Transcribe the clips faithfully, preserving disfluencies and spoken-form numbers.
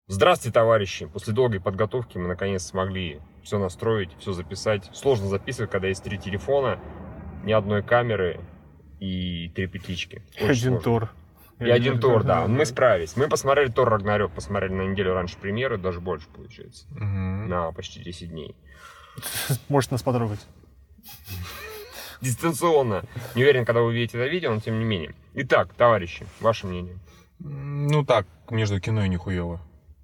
Здравствуйте, товарищи! После долгой подготовки мы наконец смогли все настроить, все записать. Сложно записывать, когда есть три телефона, ни одной камеры и три петлички. Очень Один сложно. Тор. И один Тор, да. Мы справились. Мы посмотрели Тор Рагнарёк, посмотрели на неделю раньше премьеры, даже больше получается. Угу. На почти десять дней. Может нас потрогать. Дистанционно. Не уверен, когда вы увидите это видео, но тем не менее. Итак, товарищи, ваше мнение? Ну так, между кино и нихуево.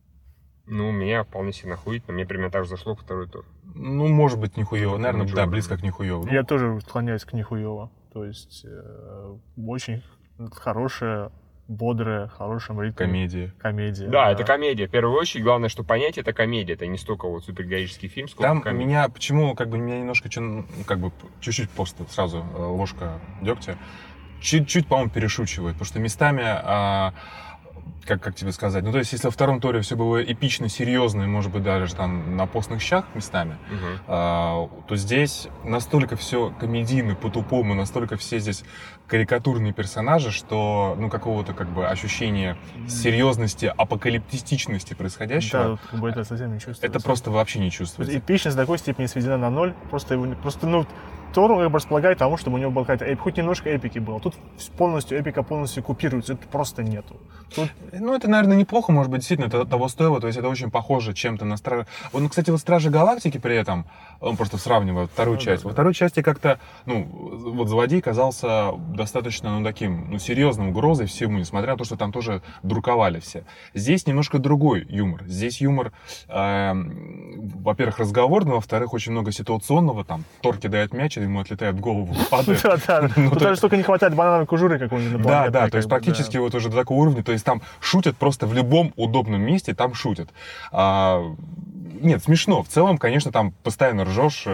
Ну, меня вполне себе находит, но мне примерно так же зашло второй тур. Ну, может быть, нихуево. Наверное, да, близко к нихуево. Я тоже склоняюсь к нихуево. То есть, э, очень хорошая, бодрая, хорошая ритме. Комедия. Комедия. Да, да, это комедия. В первую очередь, главное, что понять, это комедия. Это не столько вот супергероический фильм, сколько Там комедия. меня, почему, как бы, меня немножко, как бы, чуть-чуть просто сразу ложка дегтя, чуть-чуть, по-моему, перешучивает. Потому что местами... А, Как, как тебе сказать? Ну, то есть, если во втором Торе все было эпично, серьезно, и, может быть, даже там на постных щах местами, uh-huh. а, то здесь настолько все комедийно, по-тупому, настолько все здесь карикатурные персонажи, что, ну, какого-то, как бы, ощущения серьезности, апокалиптичности происходящего... Да, как бы это совсем не чувствуется. Это просто вообще не чувствуется. Эпичность до такой степени сведена на ноль, просто, его, просто ну, Тор как бы располагает тому, чтобы у него была какая-то, хоть немножко эпики было. Тут полностью эпика полностью купируется, это просто нету. Тут... Ну, это, наверное, неплохо, может быть, действительно, это того стоило, то есть это очень похоже чем-то на Стражи... Он, кстати, вот Стражи Галактики при этом, он просто сравнивает вторую ну, часть. Да, Во да. второй части как-то, ну, вот злодей казался достаточно, ну, таким, ну, серьезным угрозой всему, несмотря на то, что там тоже друковали все. Здесь немножко другой юмор. Здесь юмор, э, во-первых, разговорный, во-вторых, очень много ситуационного, там, Тор кидает мяч, ему отлетает в голову, падает. Да, да, тут даже столько не хватает банановой кожуры какой-нибудь. Да, да, то есть практически вот уже до такого уровня, то есть там шутят просто в любом удобном месте, там шутят. А, нет, смешно. В целом, конечно, там постоянно ржешь.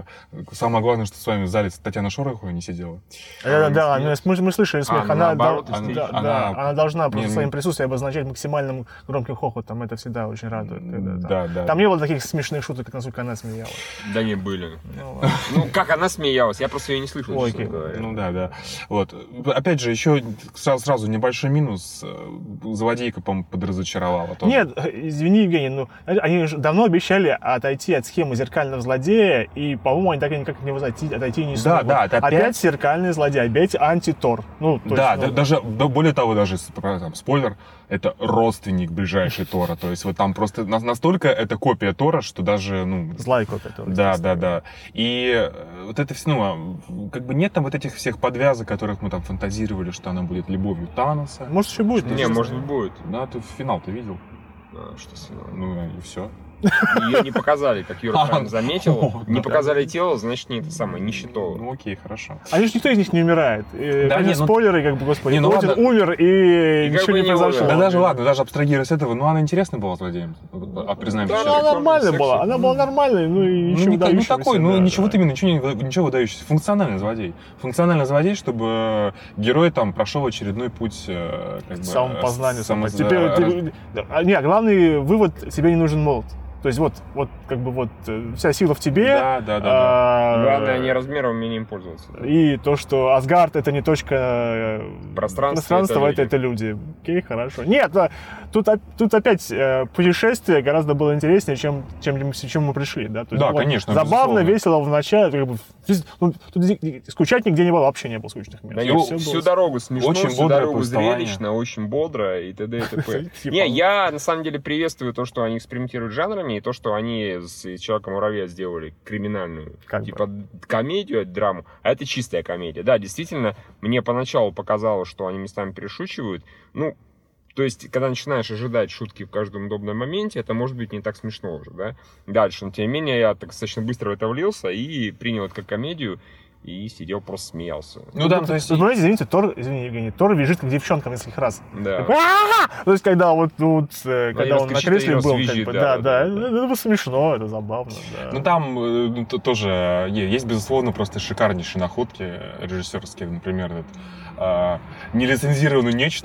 Самое главное, что с вами в зале Татьяна Шорохова не сидела. Да, да, да, мы, мы слышали смех. А, она, наоборот, да, она, да, она, да, она должна просто не, своим присутствием обозначать максимальным громким хохотом. Это всегда очень радует. Когда, да, там, да. Там не было таких смешных шуток, насколько она смеялась. Да не были. Ну, ну как она смеялась? Я просто ее не слышал. Ой, ну да, да. Вот. Опять же, еще сразу, сразу небольшой минус. Злодейка, по-моему, подразочаровала. Тоже. Нет, извини, Евгений, ну, они же давно обещали отойти от схемы зеркального злодея, и, по-моему, они так и никак не отойти, отойти не смогут. Да, да, опять... опять зеркальный злодей, опять анти-Тор. Ну, то да, есть, да, ну... даже, да, более того, даже, там, спойлер, это родственник ближайший Тора. То есть вот там просто настолько это копия Тора, что даже, ну... Злая копия Тора. Да, да, да. И вот это все, ну, как бы нет там вот этих всех подвязок, которых мы там фантазировали, что она будет любовью Таноса. Может, еще будет. Не, может быть, будет. Да, ты финал ты видел? А, что с Ну, и все. Ее не показали, как Юра правильно заметил. Не показали тело, значит, не это самое, не считало. Ну, окей, хорошо. Они же никто из них не умирает. Да, не, спойлеры, как бы, господи, не, ну Один умер, и, и ничего не произошло. Да даже ладно, даже абстрагируя с этого, ну, она интересная была злодеем, а признаемся. Да, она нормальная была, она была нормальной, ну, и ничего ну, выдающегося. Ну, такой, да, ну, да. ничего, вот именно, ничего, ничего выдающегося. Функциональный злодей. Функциональный злодей, чтобы герой там прошел очередной путь, как бы... Самопознание. Само... Теперь, ты... Не, главный вывод, тебе не нужен молот. То есть вот, вот, как бы вот вся сила в тебе. Да, да, да. А, да. Главное не размером, умением пользоваться. Да. И то, что Асгард это не точка пространства, пространства это, это, это люди. Окей, хорошо. Нет, тут, тут опять путешествие гораздо было интереснее, чем, чем, чем мы пришли. Да, то есть, да вот, конечно. Забавно, безусловно. весело в начале. Как бы, ну, тут скучать нигде не было, вообще не было скучных мест. Да, его, всю было... дорогу смешно, очень всю дорогу зрелищно, очень бодро и т.д. и т.п. Не, я на самом деле приветствую то, что они экспериментируют с жанрами, и то, что они с Человека-муравья сделали криминальную, как типа бы. комедию, драму, а это чистая комедия. Да, действительно, мне поначалу показалось, что они местами перешучивают. Ну, то есть, когда начинаешь ожидать шутки в каждом удобном моменте, это может быть не так смешно уже, да? Дальше, но тем не менее, я так достаточно быстро в это влился и принял это как комедию. И сидел, просто смеялся. Ну, ну да, то есть... Знаете, извините, Тор, извини, Евгений, Тор визжит как девчонка несколько раз. Да. Такой, то есть, когда вот, вот когда он на кресле был, как бы, да, да, это было смешно, это забавно, да. Ну, там ну, тоже есть, безусловно, просто шикарнейшие находки режиссерские, например, этот, а, нелицензированное нечто.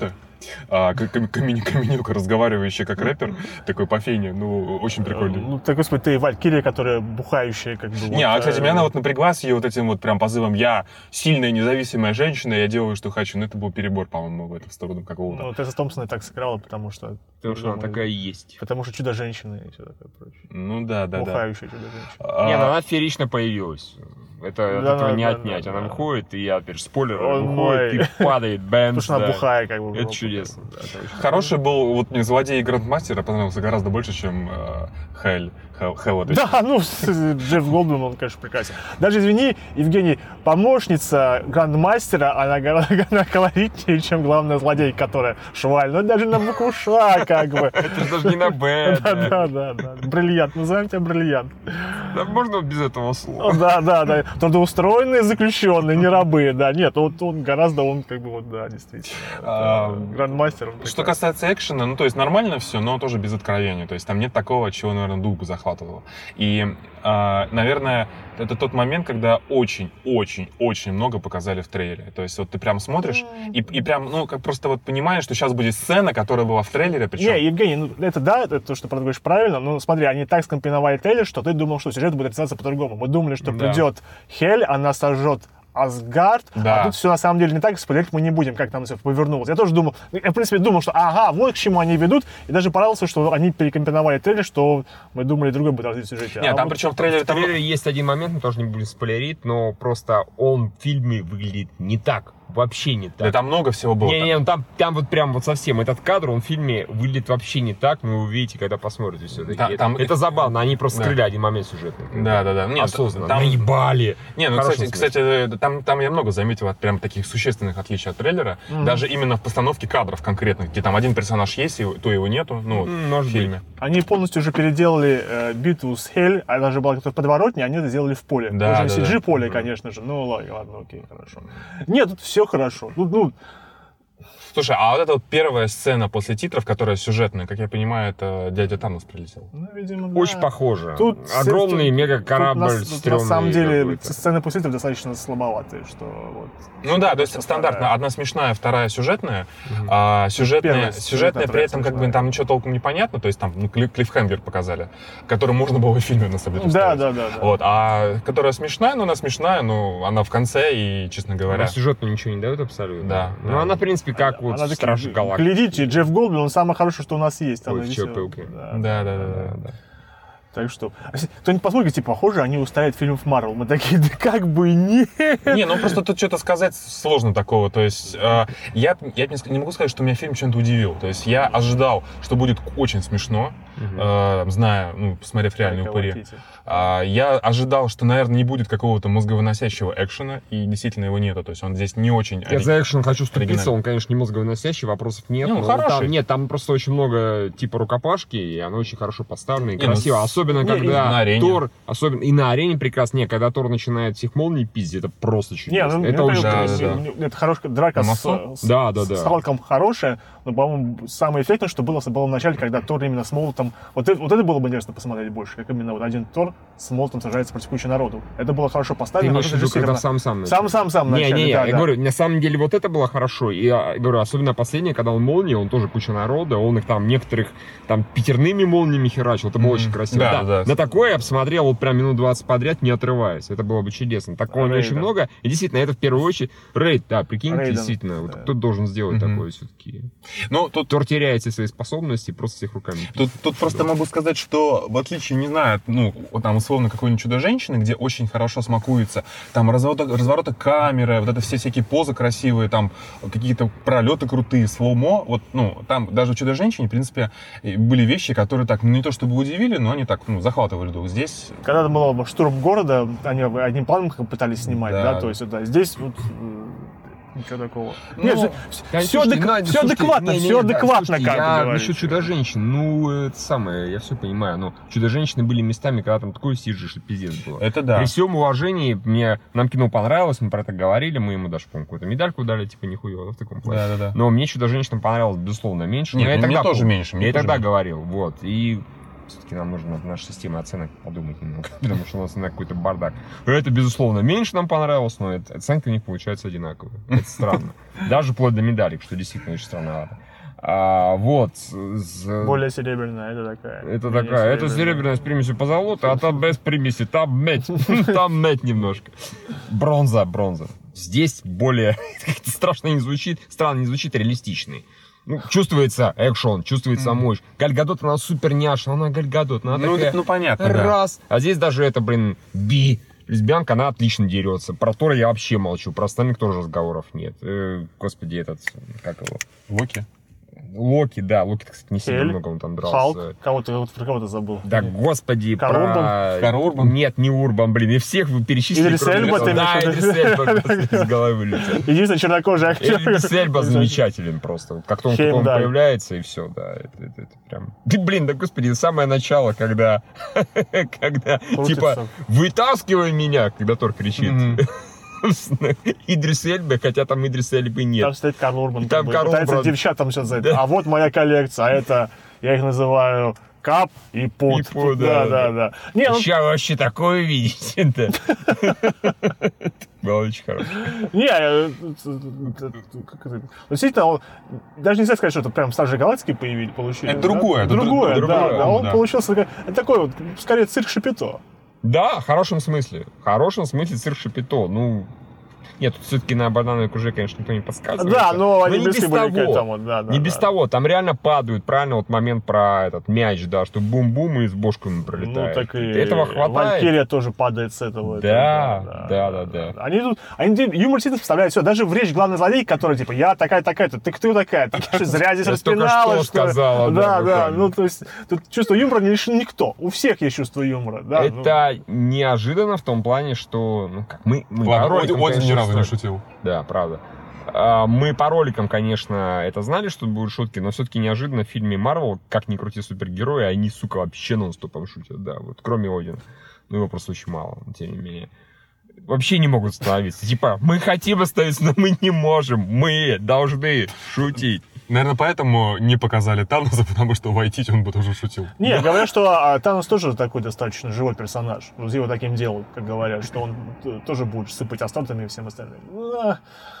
А, Каменюка, разговаривающая как рэпер, такой по фене, ну, очень прикольный. Ну, так, господи, ты Валькирия, которая бухающая, как бы... Не, вот, а, кстати, э, меня она вот напрягла с ее вот этим вот прям позывом «я сильная, независимая женщина, я делаю, что хочу». Ну, это был перебор, по-моему, в эту сторону какого-то. Ну, Тесса Томпсон и так сыграла, потому что... Потому что она думаю, такая и есть. Потому что чудо-женщина и все такое прочее. Ну, да, да, да. Бухающая чудо-женщина. А, Не, ну она феерично появилась. Это от Да, этого да, не да, отнять. да, Она да. выходит, и я, опять же, спойлер, О, выходит мой. и падает, бэмс, Потому что она да. бухая, как бы. Это вот. чудесно. Да, это очень Хороший был, вот мне злодей Грандмастера понравился гораздо больше, чем э, Хель. Хел, Хел, вот Да, ну, Джефф Голдблюм, он, конечно, прекрасен. Даже, извини, Евгений, помощница Грандмастера, она гораздо она колоритнее, чем главная злодейка, которая шваль. Ну, даже на букву Ш, как бы. Это же даже не на Б. Да, да, да, да. Бриллиант, назовем тебя бриллиант. Да можно без этого слова. Да, да, да. Трудоустроенные заключенные, не рабы, да. Нет, вот он гораздо, он как бы, вот, да, действительно. А, Грандмастер. он Что прекрасен. касается экшена, ну, то есть нормально все, но тоже без откровения. То есть там нет такого, чего, наверное, дух бы захватывало. И, э, наверное, это тот момент, когда очень-очень-очень много показали в трейлере. То есть вот ты прям смотришь и, и прям, ну, как просто вот понимаешь, что сейчас будет сцена, которая была в трейлере, причем... Не, Евгений, ну, это да, это то, что ты говоришь правильно, но смотри, они так скомпоновали трейлер, что ты думал, что сюжет будет развиваться по-другому. Мы думали, что Да. придет Хель, она сожжет Асгард, Да. а тут все на самом деле не так, спойлерить мы не будем, как там все повернулось. Я тоже думал, я в принципе думал, что ага, вот к чему они ведут, и даже порадовался, что они перекомпоновали трейлер, что мы думали, другой будет развитие сюжета. Нет, А там вот- причем в трейлере... В Там... трейлере есть один момент, мы тоже не будем спойлерить, но просто он в фильме выглядит не так. Вообще не так. Да там много всего было. Не-не, ну там, там вот прям вот совсем этот кадр, он в фильме выглядит вообще не так, но вы увидите, когда посмотрите все-таки. Да, это, там- это забавно, они просто Да. скрыли один момент сюжетный. Да, да, да. Нет, Осознанно. там- Наебали. Не, ну, В кстати, хорошем кстати, там, там я много заметил от прям таких существенных отличий от трейлера. Мгм. Даже именно в постановке кадров конкретно, где там один персонаж есть, и то его нету, ну, вот, М, в может фильме. Они полностью уже переделали э, битву с Хель, она же была как-то в подворотне, они это сделали в поле. Да, Уже да, си джи да. поле, конечно же. Ну ладно, ладно, окей, хорошо. Нет, тут все хорошо. Ну, ну, Слушай, а вот эта вот первая сцена после титров, которая сюжетная, как я понимаю, это дядя Танос прилетел. ну, видимо, да. Очень похоже. Тут Огромный тут- мега тут корабль на, тут стрёмный на самом деле какой-то. сцены после этого достаточно слабоватые, что вот. Ну да, то есть Что стандартно вторая. одна смешная, вторая сюжетная. А сюжетная, Первая сюжетная сюжетная, при этом как бы смешная. там ничего толком не понятно, то есть там ну, клиф- клиффхенгер показали, который можно было в фильме на самом деле Да, вставить. да, да, да. Вот, а которая смешная, ну она смешная, ну она в конце и, честно говоря, Она сюжетно ничего не дает абсолютно. Да, Ну, да. она, в принципе, как вот Она в такие, Страже Галактики. глядите, Джефф Голдблюм, он самый хороший, что у нас есть. Ой, Она в весёлая. Человеке-пауке. да, да, да, да. Да. Так что, а если кто-нибудь посмотрит, типа, похоже, они устают фильмов Марвел. Мы такие, да как бы нет. Не, ну просто тут что-то сказать сложно такого. То есть э, я, я не, ск- не могу сказать, что меня фильм чем-то удивил. То есть я ожидал, что будет очень смешно, Мгм. э, зная, ну, посмотрев реальные Таика упыри. Вайтити. А, я ожидал, что, наверное, не будет какого-то мозговыносящего экшена, и действительно его нету. То есть он здесь не очень... Я за экшен хочу вступиться, оригинально. он, конечно, не мозговыносящий, вопросов нет. Не, он но хороший. Там, нет, там просто очень много типа рукопашки, и оно очень хорошо поставлено и Не, ну, красиво. с- Особенно, не, и когда на арене. Тор, особенно и на арене прекрасно, не, когда Тор начинает всех молний пиздить, это просто Не, чудесно. ну, это мне очень да, кажется, красиво. да. мне- мне- это хорошая драка На с, массу? с, Да, да, с да. Халком хорошая, но, по-моему, самое эффектное, что было, было в начале, когда Тор именно с Молотом... Вот это, вот это было бы интересно посмотреть больше, как именно вот один Тор с Молотом сражается против кучи народу. Это было хорошо Ты поставлено. имеешь в хорошо виду, когда срежиссировано. сам-сам Сам-сам-сам Не, начале, не, да, я да. говорю, на самом деле вот это было хорошо. И я говорю, особенно последнее, когда он молния, он тоже куча народа, он их там некоторых там пятерными молниями херачил. Это было Мгм. очень красиво. Да, да. На такое я посмотрел вот прям минут двадцать подряд, не отрываясь. Это было бы чудесно. Такого не Рейда. очень много. И действительно, это в первую очередь рейд, да, прикиньте, Рейден, действительно, вот да. кто должен сделать Мгм. такое все-таки. Ну, тут Тор теряет все свои способности, просто всех руками. Тут, тут просто могу сказать, что в отличие, не знаю, от, ну, вот там условно какой-нибудь чудо-женщины, где очень хорошо смакуется, там развороты, развороты камеры, вот это все всякие позы красивые, там какие-то пролеты крутые, слоумо, вот, ну, там даже в чудо-женщине, в принципе, и были вещи, которые так, ну, не то чтобы удивили, но они так, ну, захватывали дух. Здесь, Когда это был штурм города, они одним планом как бы пытались снимать, Да. да, то есть, да, здесь вот м, ничего такого. Ну, Нет, Да, все, слушайте, адек- Надя, все слушайте, адекватно, не, не, все да, адекватно, слушайте, как я бы насчет говорится. чудо-женщин, ну, это самое, я все понимаю, но чудо-женщины были местами, когда там такое сижишь, что пиздец было. это да. При всем уважении, мне, нам кино понравилось, мы про это говорили, мы ему даже, по-моему, какую-то медальку дали, типа, нихуево, в таком плане. Да, да, да. Но мне чудо-женщина понравилось, безусловно, меньше. Нет, но я и мне тогда тоже помню. меньше, мне Я и тоже тогда меньше. говорил, вот, и все-таки нам нужно над нашей системой оценок подумать немного, потому что у нас на какой-то бардак. Это, безусловно, меньше нам понравилось, но это, оценки у них получаются одинаковые. Это странно. Даже вплоть до медалек, что действительно очень странновато. А, вот. С... Более серебряная, это такая. Это такая, это серебряная с примесью позолоты, а там без примеси, там медь, там медь немножко. Бронза, бронза. Здесь более, страшно не звучит, странно не звучит, реалистичный. Ну, чувствуется экшон, чувствуется mm-hmm. мощь. Галь Гадот, она супер няшная, она Галь Гадот, она ну, такая... Ну, понятно, раз. Да. А здесь даже это, блин, би. Лесбиянка, она отлично дерется. Про Тора я вообще молчу, про остальных тоже разговоров нет. Э, господи, этот, как его? Локи? Локи, да, Локи, кстати, не сильно Эль, много он там дрался. Халк, кого-то, вот, про кого-то забыл. Да, господи, Кар про... Урбан? Кар Урбан? Нет, не Урбан, блин, и всех вы перечислили. Идрис Эльба, ты Да, имеешь в виду? Идрис Эльба, господи, из головы вылетел. Единственный чернокожий актер. Идрис Эльба замечателен просто. Вот как-то он Хейм, потом да. появляется, и все, да, это, это, это прям... Ты, блин, да, господи, самое начало, когда, когда типа, вытаскивай меня, когда Тор кричит. Идрис Эльба, хотя там Идрис Эльбы нет. Там стоит Карл Урбан. Там Карл Пытается Урбан. девчатам сейчас за это. А вот моя коллекция, а это, я их называю кап и пот. И пот, да, да, да, да. Не, ну, Сейчас вообще такое видите, да. Было очень хорошо. не, э, как это? Действительно, он, даже нельзя сказать, что это прям Стражи Галактики появились, получили. Это другое, Да? это Другое, друг- да, другое, да. Он да. получился как- это такой вот, скорее, цирк Шапито. Да, в хорошем смысле. В хорошем смысле цирк Шапито. Ну, нет, тут все-таки на банановой куже, конечно, никто не подсказывает. Да, но они не близки без были к того. этому. Да, да, Не да. без того, там реально падают, правильно, вот момент про этот мяч, да, что бум-бум и с бошками Ну, пролетает. так и Этого хватает. Валькирия тоже падает с этого. Да, это, да, да, да. Они тут, они тут- юмор действительно вставляют все. Даже в речь главной злодейки, которая типа, я такая, такая, ты кто такая? Ты что, зря здесь Я только распиналась, что сказала, да, Да, да, буквально. ну то есть тут чувство юмора не лишен никто. У всех есть чувство юмора. Да, ну. Это неожиданно в том плане, что, ну как, мы, мы по Ладно, роликам, Один ни конечно, разу не что- шутил. Да, правда. А, Мы по роликам, конечно, это знали, что будут шутки, но все-таки неожиданно в фильме Марвел, как ни крути супергерои, они, сука, вообще нон-стопом шутят, да, вот, кроме Одина. Ну, его просто очень мало, но тем не менее. Вообще не могут остановиться. Типа, мы хотим остановиться, но мы не можем. Мы должны шутить. Наверное, поэтому не показали Таноса, потому что Вайтити он бы тоже шутил. Не, говорят, что а, Танос тоже такой достаточно живой персонаж. Вот его таким делают, как говорят, что он т- тоже будет сыпать остатами и всем остальным. Ну, да.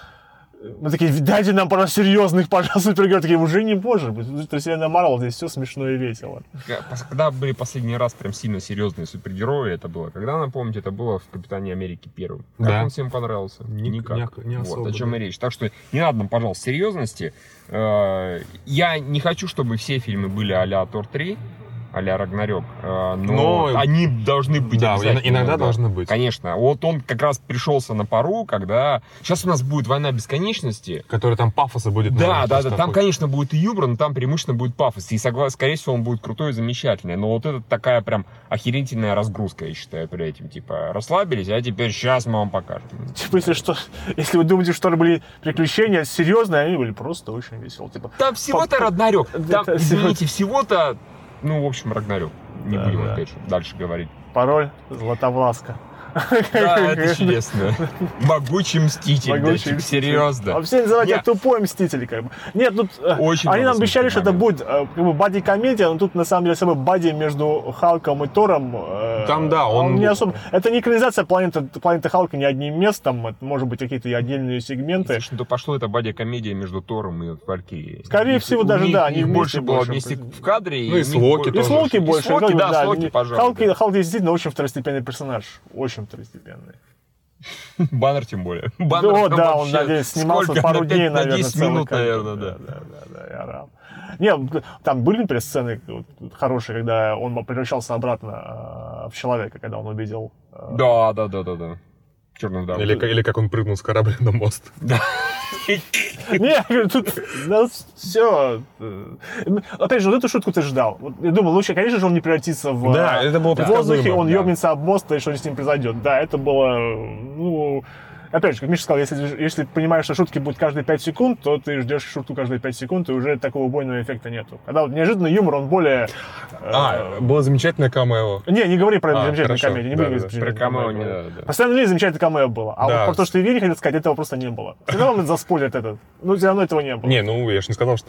Мы такие, дайте нам пора серьезных, пожалуйста, супергероев. Такие, уже не можем. Это вселенная Марвел, здесь все смешно и весело. Когда были последний раз прям сильно серьезные супергерои, это было, когда, напомните, это было в Капитане Америки первом. Как Да. он всем понравился? Ни- Никак. не- не вот, особо, о чем да. и речь. Так что не надо нам, пожалуйста, серьезности. Э, Я не хочу, чтобы все фильмы были а-ля Тор три, а-ля Рагнарёк, э, но, Но- они должны быть Да, обязательно. иногда да. должны быть. Конечно. Вот он как раз пришелся на пару, когда... Сейчас у нас будет «Война бесконечности». Который там пафоса будет. Да, наверное, да, просто да. Там, такой. конечно, будет и юмор, но там преимущественно будет пафос. И, согла- скорее всего, он будет крутой и замечательный. Но вот это такая прям охерительная разгрузка, я считаю, при этим. Типа, расслабились, а теперь сейчас мы вам покажем. Типа, если что, если вы думаете, что это были приключения серьезные, они были просто очень веселые. Типа, Там всего-то По- Рагнарёк. Там, Это извините, всего-то... Ну, в общем, Рагнарёк. Не Да, будем, да. опять же, дальше говорить. пароль Златовласка. Да, это чудесно. Могучий мститель. да, Могучий типа, мститель. серьезно. А все называют тебя Нет. тупой мститель, как бы. Нет, тут э, Очень они много нам обещали, смешных что это моментов. будет э, как бы бади-комедия, но тут на самом деле самый бади между Халком и Тором. э, Там, да, он- не особо. Это не экранизация планеты, планеты Халка не одним местом, это может быть какие-то и отдельные сегменты. Слушай, ну, то пошло это бадия-комедия между Тором и Валькирией. Скорее Их- всего, у даже, них- да, они их вместе больше было больше. вместе в кадре. Ну, и у с них Локи больше- И с тоже. Локи И больше. с Локи, как бы, да, с Локи, не- пожалуй. Халк, да. Халк действительно очень второстепенный персонаж. Очень второстепенный. Баннер тем более. Да, Баннер о, там да, он вообще надеюсь, снимался сколько? пару На пять- дней, на наверное, десять целый минут, как- наверное, да. да. Да, да, да, я орал. Не, там были, например, сцены вот, хорошие, когда он превращался обратно э, в человека, когда он увидел... э, Да, да, да, да, да. Черную вдову. Или, как- или как он прыгнул с корабля на мост. Не, я говорю, тут все. Опять же, вот эту шутку ты ждал. Вот я думал, лучше, конечно же, он не превратится в, Да, это было в воздухе, предсказуемо, он да. ёбнется об мост, и что с ним произойдет. Да, это было, ну... Опять же, как Миша сказал, если, если понимаешь, что шутки будут каждые пять секунд, то ты ждешь шутку каждые пять секунд, и уже такого убойного эффекта нету. Когда вот неожиданно юмор, он более... э, А, было замечательное камео. Не, не говори про А, замечательную хорошо. комедию, не Да, будем да, говорить Про камео камео. не надо, да. Постоянно ли замечательное камео было? А Да. вот про то, что Евгений хотел сказать, этого просто не было. Всегда вам заспойлят этот. Ну, все равно этого не было. Не, ну я же не сказал, что.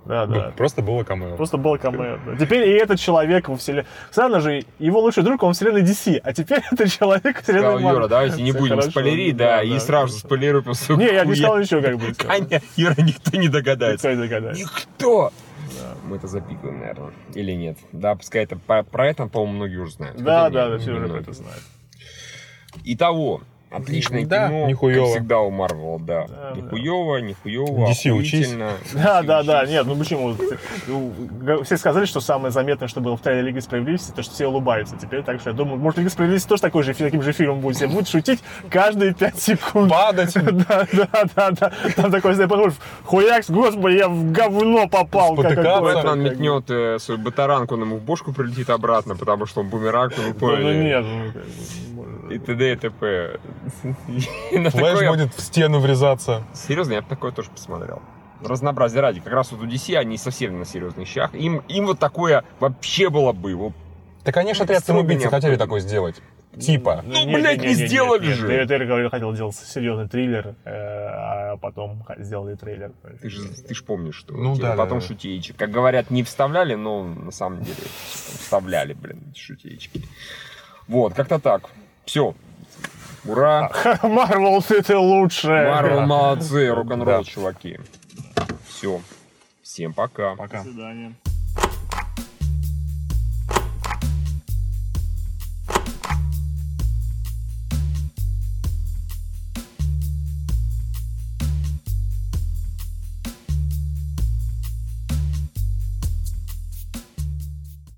Да, да. Просто было камео. Просто был камео. Да. Теперь и этот человек во вселенной... Странно же, его лучший друг, он вселенной ди си, а теперь это человек вселенной Сказал, Марвел. Юра, давайте не Всё будем хорошо, спойлерить, да, и сразу же спойлерую просто. Не, я не сказал ничего, как бы. Аня, Юра, никто не догадается. Никто не догадается. Никто! Мы это запикаем, наверное. Или нет? Да, пускай это... Про, про это, по-моему, многие уже знают. Да, Хотя да, не- да, не все уже многие. это знают. Итого, отличное Да, кино, нихуёво. как всегда у Марвел, да. Да, нихуёво, нихуёво, ди си учись. охуительно. Да, ди си да, да, учись. нет, ну почему? Ну, г- Все сказали, что самое заметное, что было в трейлере Лиги Справедливости, то, что все улыбаются теперь, так что я думаю, может, Лига Справедливости тоже такой же, фи- таким же фильмом будет, все будут шутить каждые пять секунд. Падать. Да, да, да, да. Там такой, знаешь, подумаешь, хуякс, господи, я в говно попал. Спотыкаться. какое-то, Бэтмен как бы. метнет э, свой батаранг, он ему в бошку прилетит обратно, потому что он бумеранг, он Ну, ну поняли. нет, ну, как бы, может. И т.д. и т.п. На Флэш такое- будет в стену врезаться. Серьезно, я бы такое тоже посмотрел. Разнообразие ради. Как раз вот у ди си они совсем на серьезных щах. Им, им вот такое вообще было бы. Вот. Да, конечно, отряд Строго самоубийцы необходимо. хотели такое сделать. Типа. Ну, блядь, не сделали же. Дэвид Эйр говорил, хотел делать серьезный триллер, э, а потом х- сделали трейлер. Ты же ты ж помнишь, что Ну типа, да, потом да, да. шутеечек. Как говорят, не вставляли, но на самом деле вставляли, блин, эти шутеечки. Вот, как-то так. Все. Ура. Марвел, ты лучшая. Марвел молодцы, рок-н-ролл, Да. чуваки. Все. Всем пока. Пока. До свидания.